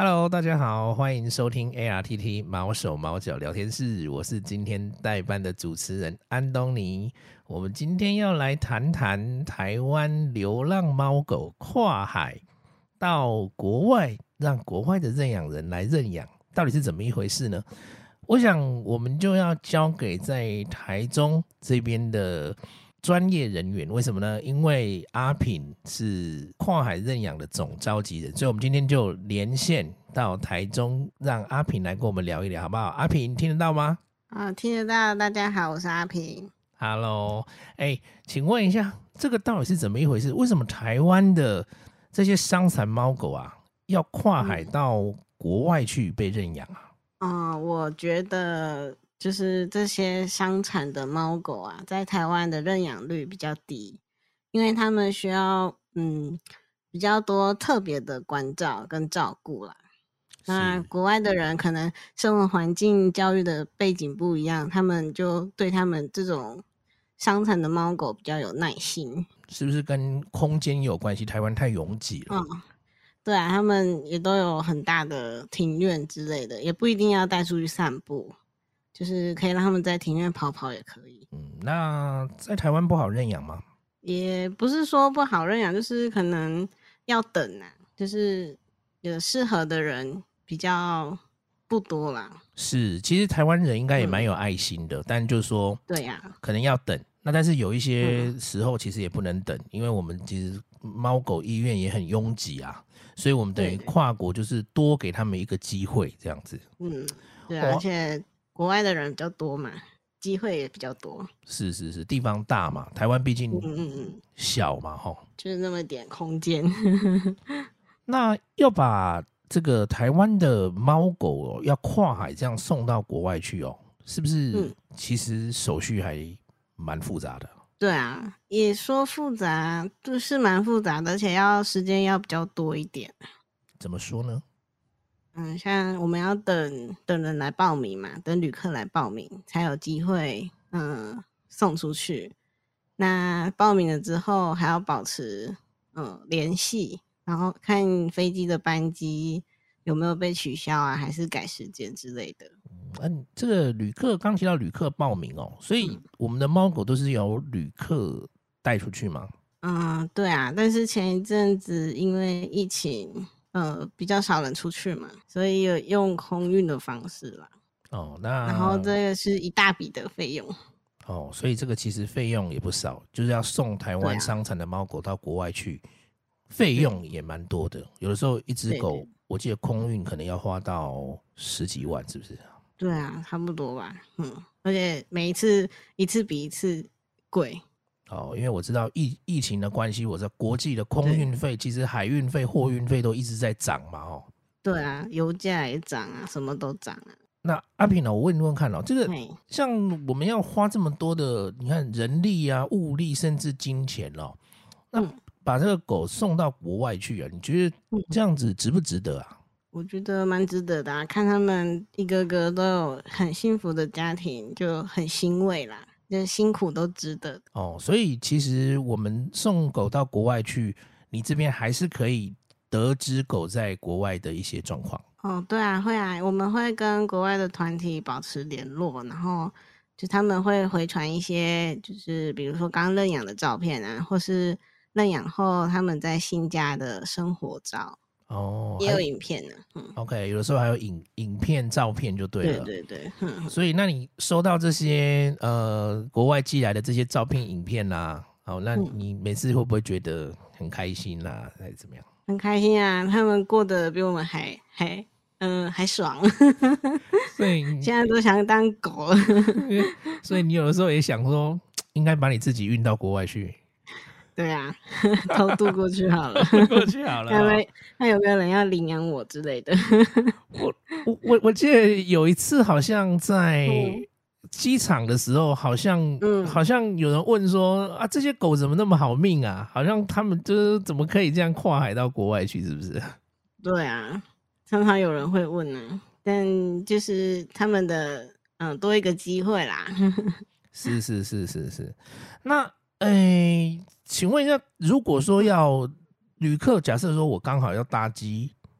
Hello， 大家好，欢迎收听 ARTT 毛手毛脚聊天室，我是今天代班的主持人安东尼。我们今天要来谈谈台湾流浪猫狗跨海到国外，让国外的认养人来认养，到底是怎么一回事呢？我想我们就要交给在台中这边的专业人员，为什么呢？因为阿品是跨海认养的总召集人，所以我们今天就连线到台中，让阿品来跟我们聊一聊，好不好？阿品听得到吗？ 听得到。大家好，我是阿平。 Hello， 请问一下，这个到底是怎么一回事？为什么台湾的这些伤残猫狗啊，要跨海到国外去被认养啊？ 我觉得就是这些伤残的猫狗啊，在台湾的认养率比较低，因为他们需要比较多特别的关照跟照顾啦。那国外的人可能生活环境、教育的背景不一样，他们就对他们这种伤残的猫狗比较有耐心。 是不是跟空间有关系？台湾太拥挤了。 对啊，他们也都有很大的庭院之类的，也不一定要带出去散步，就是可以让他们在庭院跑跑也可以。 那在台湾不好认养吗？ 也不是说不好认养，就是可能要等啊，就是有适合的人比较不多啦。 是，其实台湾人应该也蛮有爱心的，但就是说， 对呀， 可能要等。那但是有一些时候其实也不能等，因为我们其实猫狗医院也很拥挤啊，所以我们等于跨国就是多给他们一个机会这样子。 对啊，而且国外的人比较多嘛，机会也比较多。 是，地方大嘛，台湾毕竟小嘛， 就是那么点空间。 那要把这个台湾的猫狗要跨海这样送到国外去是不是其实手续还蛮复杂的？ 对啊，也说复杂，就是蛮复杂的，而且时间要比较多一点。 怎么说呢？ 像我们要等人来报名嘛，等旅客来报名才有机会送出去。那报名了之后还要保持联系，然后看飞机的班机有没有被取消啊，还是改时间之类的。 这个旅客刚提到旅客报名所以我们的猫狗都是由旅客带出去吗？ 对啊，但是前一阵子因为疫情比较少人出去嘛，所以有用空运的方式啦。然后这个是一大笔的费用。 所以这个其实费用也不少，就是要送台湾伤残的猫狗到国外去，费用也蛮多的。有的时候一只狗，我记得空运可能要花到10几万，是不是？ 对啊，差不多吧。而且每一次比一次贵。 因为我知道疫情的关系，我知道国际的空运费，其实海运费、货运费都一直在涨嘛。 对啊，油价也涨啊，什么都涨啊。 那阿平我问看这个像我们要花这么多的，你看人力啊、物力，甚至金钱那把这个狗送到国外去啊，你觉得这样子值不值得啊？ 我觉得蛮值得的啊，看他们一个个都有很幸福的家庭，就很欣慰啦。就辛苦都值得所以其实我们送狗到国外去，你这边还是可以得知狗在国外的一些状况。 对啊，会啊，我们会跟国外的团体保持联络，然后就他们会回传一些，就是比如说刚认养的照片啊，或是认养后他们在新家的生活照。也有影片呢。 OK， 有的时候还有影片、照片就对了。 对。 所以，那你收到这些国外寄来的这些照片、影片啊，那你每次会不会觉得很开心啊，还是怎么样？ 很开心啊，他们过得比我们还爽。 所以现在都想当狗了。 所以你有的时候也想说，应该把你自己运到国外去。 对啊，偷渡过去好了。 过去好了。 看有没有人要领养我之类的。 我记得有一次好像在机场的时候，好像有人问说啊，这些狗怎么那么好命啊？好像他们就是怎么可以这样跨海到国外去，是不是？ 对啊，常常有人会问啊，但就是他们的多一个机会啦。 是。那请问一下，如果说要旅客，假设说我刚好要搭机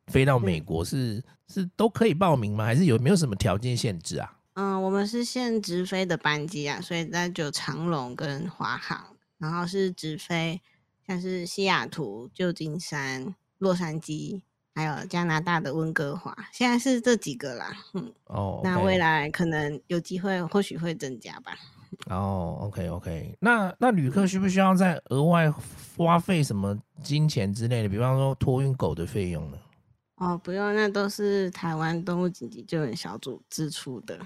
飞到美国是都可以报名吗？还是没有什么条件限制啊？ 我们是限直飞的班机啊，所以那就长荣跟华航，然后是直飞像是西雅图、旧金山、洛杉矶，还有加拿大的温哥华，现在是这几个啦。那未来可能有机会，或许会增加吧。 OK， 那旅客需不需要再额外花费什么金钱之类的，比方说托运狗的费用呢？ 不用，那都是台湾动物紧急救援小组支出的。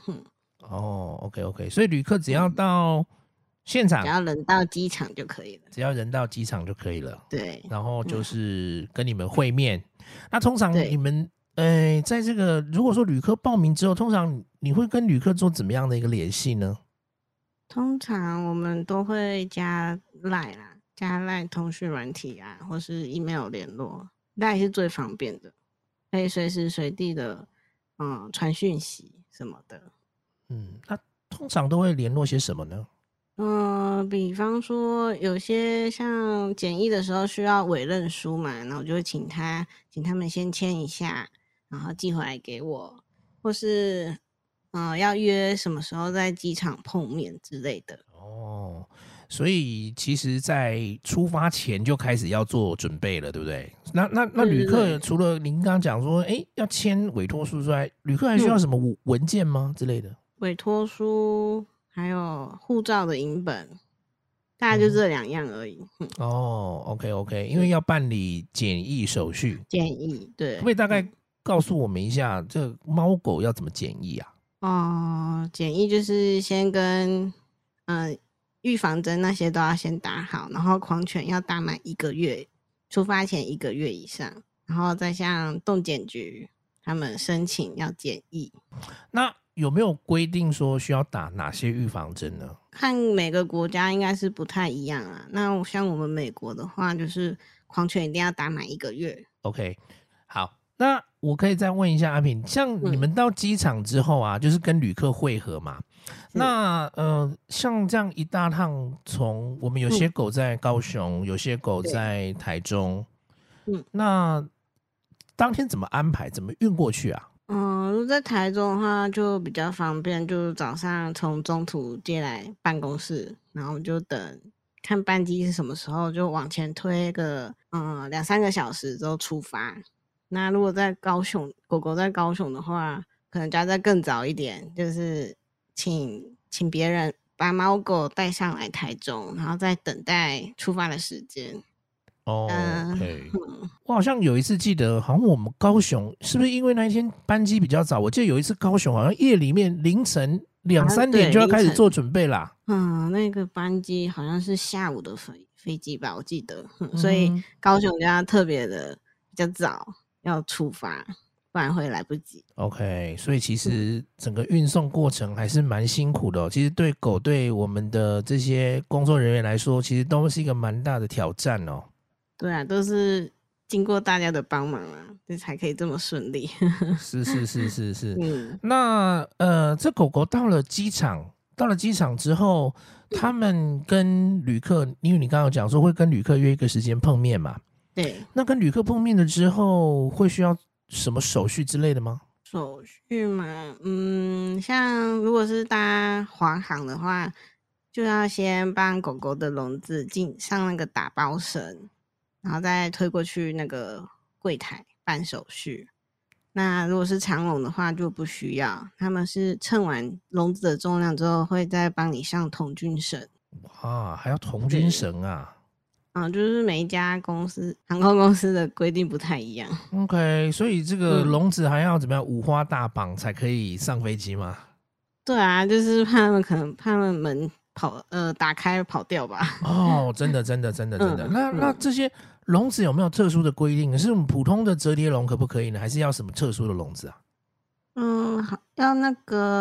OK， 所以旅客只要到现场， 只要人到机场就可以了。 只要人到机场就可以了。 对， 然后就是跟你们会面。那通常你们在这个如果说旅客报名之后，通常你会跟旅客做怎么样的一个联系呢？ 通常我们都会加 LINE 啦，加 LINE 通讯软体啊，或是 email 联络，LINE 是最方便的，可以随时随地的传讯息什么的。 那通常都会联络些什么呢？ 比方说有些像检疫的时候需要委任书嘛，然后我就会请他们先签一下，然后寄回来给我，或是要约什么时候在机场碰面之类的。 所以其实在出发前就开始要做准备了，对不对？那旅客除了您刚刚讲说要签委托书之外，旅客还需要什么文件吗之类的？ 委托书还有护照的影本，大概就这2样而已。 OK， 因为要办理检疫手续。 检疫，对。 可不可以大概告诉我们一下，这猫狗要怎么检疫啊？ 检疫就是先跟预防针那些都要先打好，然后狂犬要打满1个月，出发前1个月以上，然后再向动检局他们申请要检疫。 那有没有规定说需要打哪些预防针呢？ 看每个国家应该是不太一样啊。那像我们美国的话，就是狂犬一定要打满1个月。 OK， 好，那我可以再问一下阿平，像你们到机场之后啊，就是跟旅客会合嘛？那像这样一大趟，从我们有些狗在高雄，有些狗在台中，那当天怎么安排，怎么运过去啊？ 如果在台中的话就比较方便，就早上从中途接来办公室，然后就等看班机是什么时候，就往前推个2-3个小时之后出发。那如果在高雄，狗狗在高雄的话，可能就要再更早一点，就是请别人把猫狗带上来台中，然后再等待出发的时间。 OK，我好像有一次记得，好像我们高雄是不是因为那一天班机比较早？我记得有一次高雄好像夜里面凌晨2-3点就要开始做准备啦。 那个班机好像是下午的飞机吧，我记得。所以高雄就要特别的比较早要出发，不然会来不及。 OK， 所以其实整个运送过程还是蛮辛苦的其实对狗对我们的这些工作人员来说，其实都是一个蛮大的挑战对啊，都是经过大家的帮忙这才可以这么顺利。 是。那这狗狗到了机场之后，他们跟旅客，因为你刚刚讲说会跟旅客约一个时间碰面嘛？ 对。 那跟旅客碰面了之后，会需要什么手续之类的吗？ 手续嘛，像如果是搭华航的话，就要先帮狗狗的笼子上那个打包绳，然后再推过去那个柜台办手续。那如果是长笼的话就不需要，他们是称完笼子的重量之后会再帮你上童军绳。 哇，还要童军绳啊？ 就是每一家航空公司的规定不太一样。 OK， 所以这个笼子还要怎么样五花大绑才可以上飞机吗？ 对啊，就是怕他们门打开跑掉吧。 真的。那这些笼子有没有特殊的规定？是我们普通的折叠笼可不可以呢？还是要什么特殊的笼子啊？ 好，要那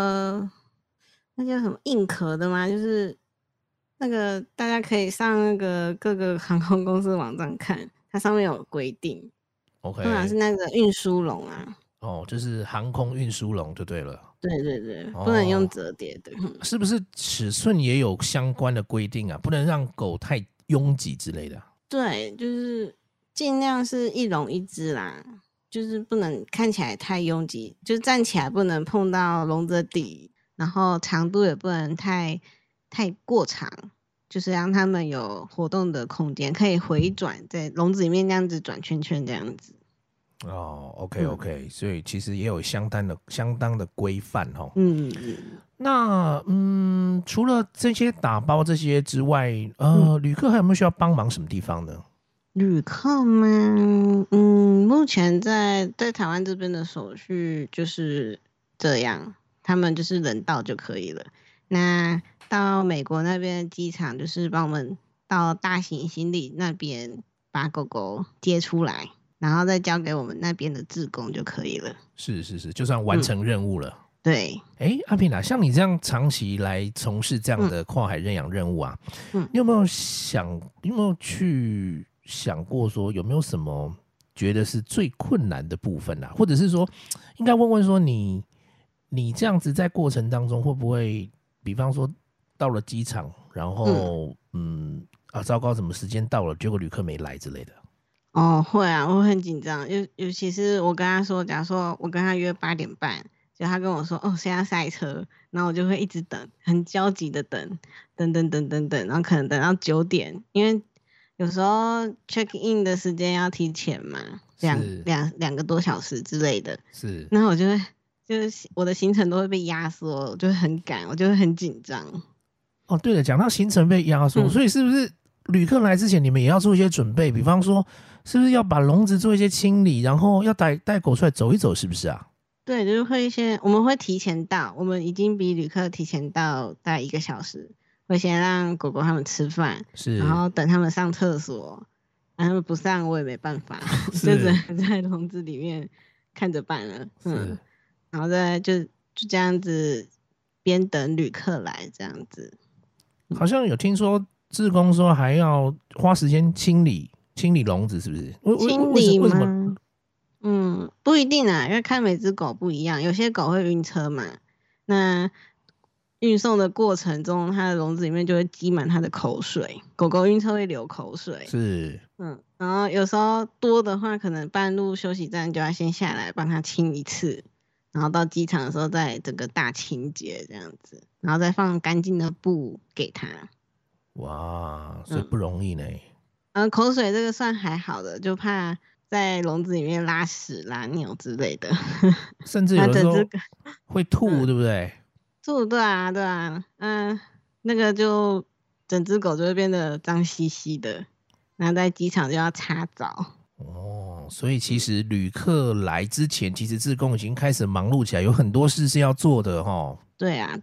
叫什么硬壳的吗？就是那个大家可以上那个各个航空公司网站看，它上面有规定。 OK， 通常是那个运输笼就是航空运输笼就对了。 对，不能用折叠的。 是不是尺寸也有相关的规定啊？不能让狗太拥挤之类的。 对，就是尽量是1笼1只啦。 就是不能看起来太拥挤，就站起来不能碰到笼子的底，然后长度也不能太过长，就是让他们有活动的空间，可以回转在笼子里面这样子转圈圈这样子。 哦，OK，所以其实也有相当的规范哦。那除了这些打包这些之外，旅客还有没有需要帮忙什么地方呢？ 旅客吗？目前在台湾这边的手续就是这样，他们就是人到就可以了。那到美国那边的机场，就是帮我们到大型行李那边把狗狗接出来，然后再交给我们那边的志工就可以了。 是，就算完成任务了。 对， 阿平啊，像你这样长期来从事这样的跨海认养任务啊，你有没有去想过说有没有什么觉得是最困难的部分啊？或者是说，应该问问说你这样子在过程当中会不会，比方说到了机场，然后糟糕，什么时间到了，结果旅客没来之类的？ 哦，会啊，我会很紧张，尤其是我跟他说，假如说我跟他约8点半。就他跟我说现在塞车，然后我就会一直等，很焦急的等，然后可能等到9点，因为有时候 check in 的时间要提前嘛，两个多小时之类的， 是， 然后我就是我的行程都会被压缩，我就会很赶，我就会很紧张。 哦，对了，讲到行程被压缩，所以是不是旅客来之前你们也要做一些准备？比方说，是不是要把笼子做一些清理，然后要带狗出来走一走，是不是啊？ 对，就是我们会提前到，我们已经比旅客提前到大概1个小时，会先让狗狗他们吃饭，然后等他们上厕所，他们不上我也没办法，就只能在笼子里面看着办了。然后再就这样子边等旅客来这样子。 好像有听说志工说还要花时间清理笼子，是不是？ 清理吗？不一定啊，因为看每只狗不一样，有些狗会晕车嘛，那运送的过程中，它的笼子里面就会积满它的口水，狗狗晕车会流口水， 是， 然后有时候多的话，可能半路休息站就要先下来帮它清一次，然后到机场的时候再整个大清洁这样子，然后再放干净的布给它。 哇，所以不容易呢。 口水这个算还好的，就怕在笼子里面拉屎拉尿之类的， 甚至有的时候会吐，对不对？ 吐，对啊，那个就整只狗就会变得脏兮兮的，然后在机场就要擦澡。 所以其实旅客来之前，其实志工已经开始忙碌起来，有很多事是要做的齁。 对啊，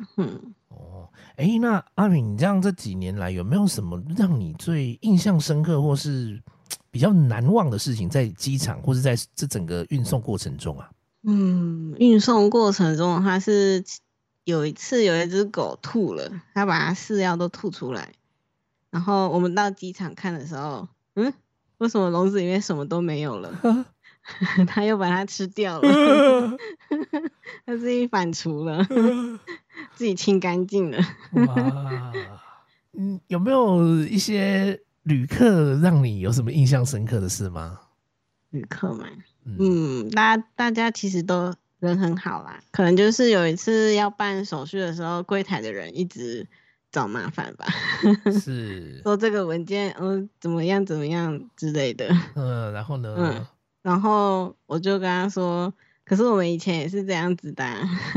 那阿敏，你这样这几年来有没有什么让你最印象深刻或是比较难忘的事情，在机场或是在这整个运送过程中啊？ 运送过程中，它是有一次有一只狗吐了，它把它饲料都吐出来，然后我们到机场看的时候，为什么笼子里面什么都没有了？它又把它吃掉了，它自己反刍了，自己清干净了。 哇，有没有一些旅客让你有什么印象深刻的事吗？ 旅客嘛，大家其实都人很好啦，可能就是有一次要办手续的时候，柜台的人一直找麻烦吧， 是说这个文件怎么样之类的， 然后呢？ 然后我就跟他说，可是我们以前也是这样子的，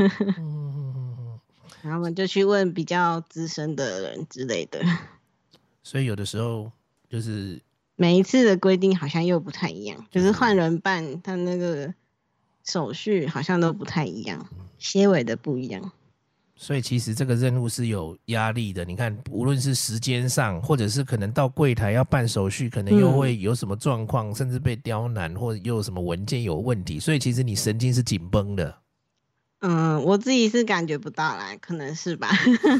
然后我们就去问比较资深的人之类的， 所以有的时候就是每一次的规定好像又不太一样，就是换人办，他那个手续好像都不太一样，些微的不一样。 所以其实这个任务是有压力的。你看，无论是时间上，或者是可能到柜台要办手续，可能又会有什么状况，甚至被刁难，或者又有什么文件有问题，所以其实你神经是紧绷的。 我自己是感觉不到啦，可能是吧。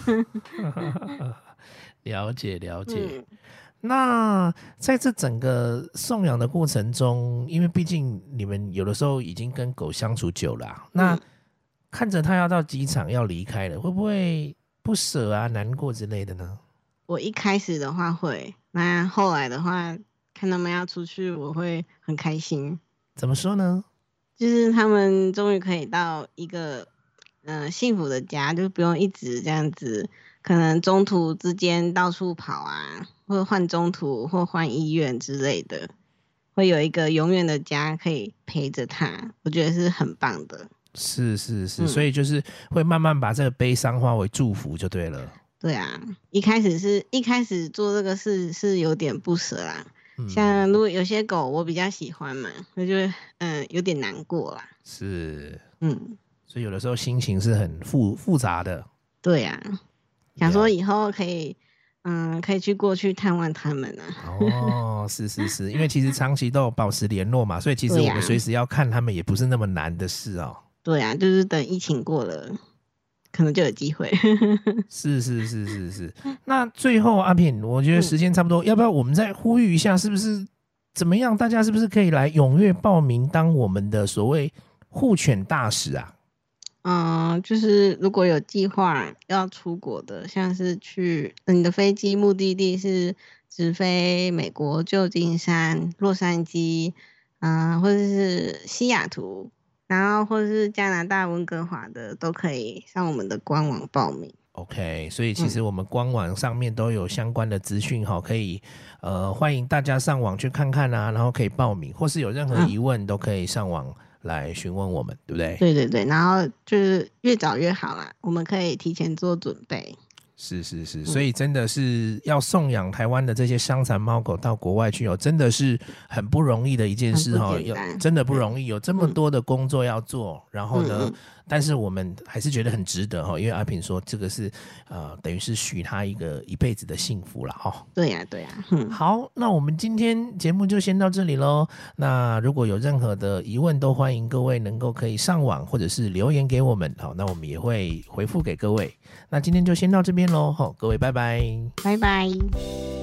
了解。那在这整个送养的过程中，因为毕竟你们有的时候已经跟狗相处久了，那看着它要到机场要离开了，会不会不舍啊、难过之类的呢？ 我一开始的话会，那后来的话，看他们要出去，我会很开心， 怎么说呢？ 就是他们终于可以到一个幸福的家，就不用一直这样子，可能中途之间到处跑啊，或者换中途或换医院之类的，会有一个永远的家可以陪着他，我觉得是很棒的。 是，所以就是会慢慢把这个悲伤化为祝福就对了。 对啊，一开始做这个事是有点不舍啦。像如果有些狗我比较喜欢嘛，我就有点难过啦。 是，所以有的时候心情是很复杂的。 对啊，想说以后可以去过去探望他们啊。 哦，是，因为其实长期都有保持联络嘛，所以其实我们随时要看他们也不是那么难的事哦。 对啊，就是等疫情过了，可能就有机会。 是。那最后阿品，我觉得时间差不多，要不要我们再呼吁一下，是不是怎么样？大家是不是可以来踊跃报名当我们的所谓护犬大使啊？ 就是如果有计划要出国的，像是去你的飞机目的地是直飞美国旧金山、洛杉矶，或者是西雅图。然后或者是加拿大温哥华的都可以上我们的官网报名。 OK， 所以其实我们官网上面都有相关的资讯可以欢迎大家上网去看看啊，然后可以报名，或是有任何疑问都可以上网来询问我们，对不对？ 对，然后就是越早越好啦，我们可以提前做准备。 是，所以真的是要送养台湾的这些伤残猫狗到国外去真的是很不容易的一件事真的不容易，有这么多的工作要做，然后呢，但是我们还是觉得很值得因为阿平说这个是等于是许他一辈子的幸福了对呀， 好，那我们今天节目就先到这里咯。那如果有任何的疑问，都欢迎各位能够可以上网或者是留言给我们，那我们也会回复给各位。那今天就先到这边咯，各位拜拜。 拜拜。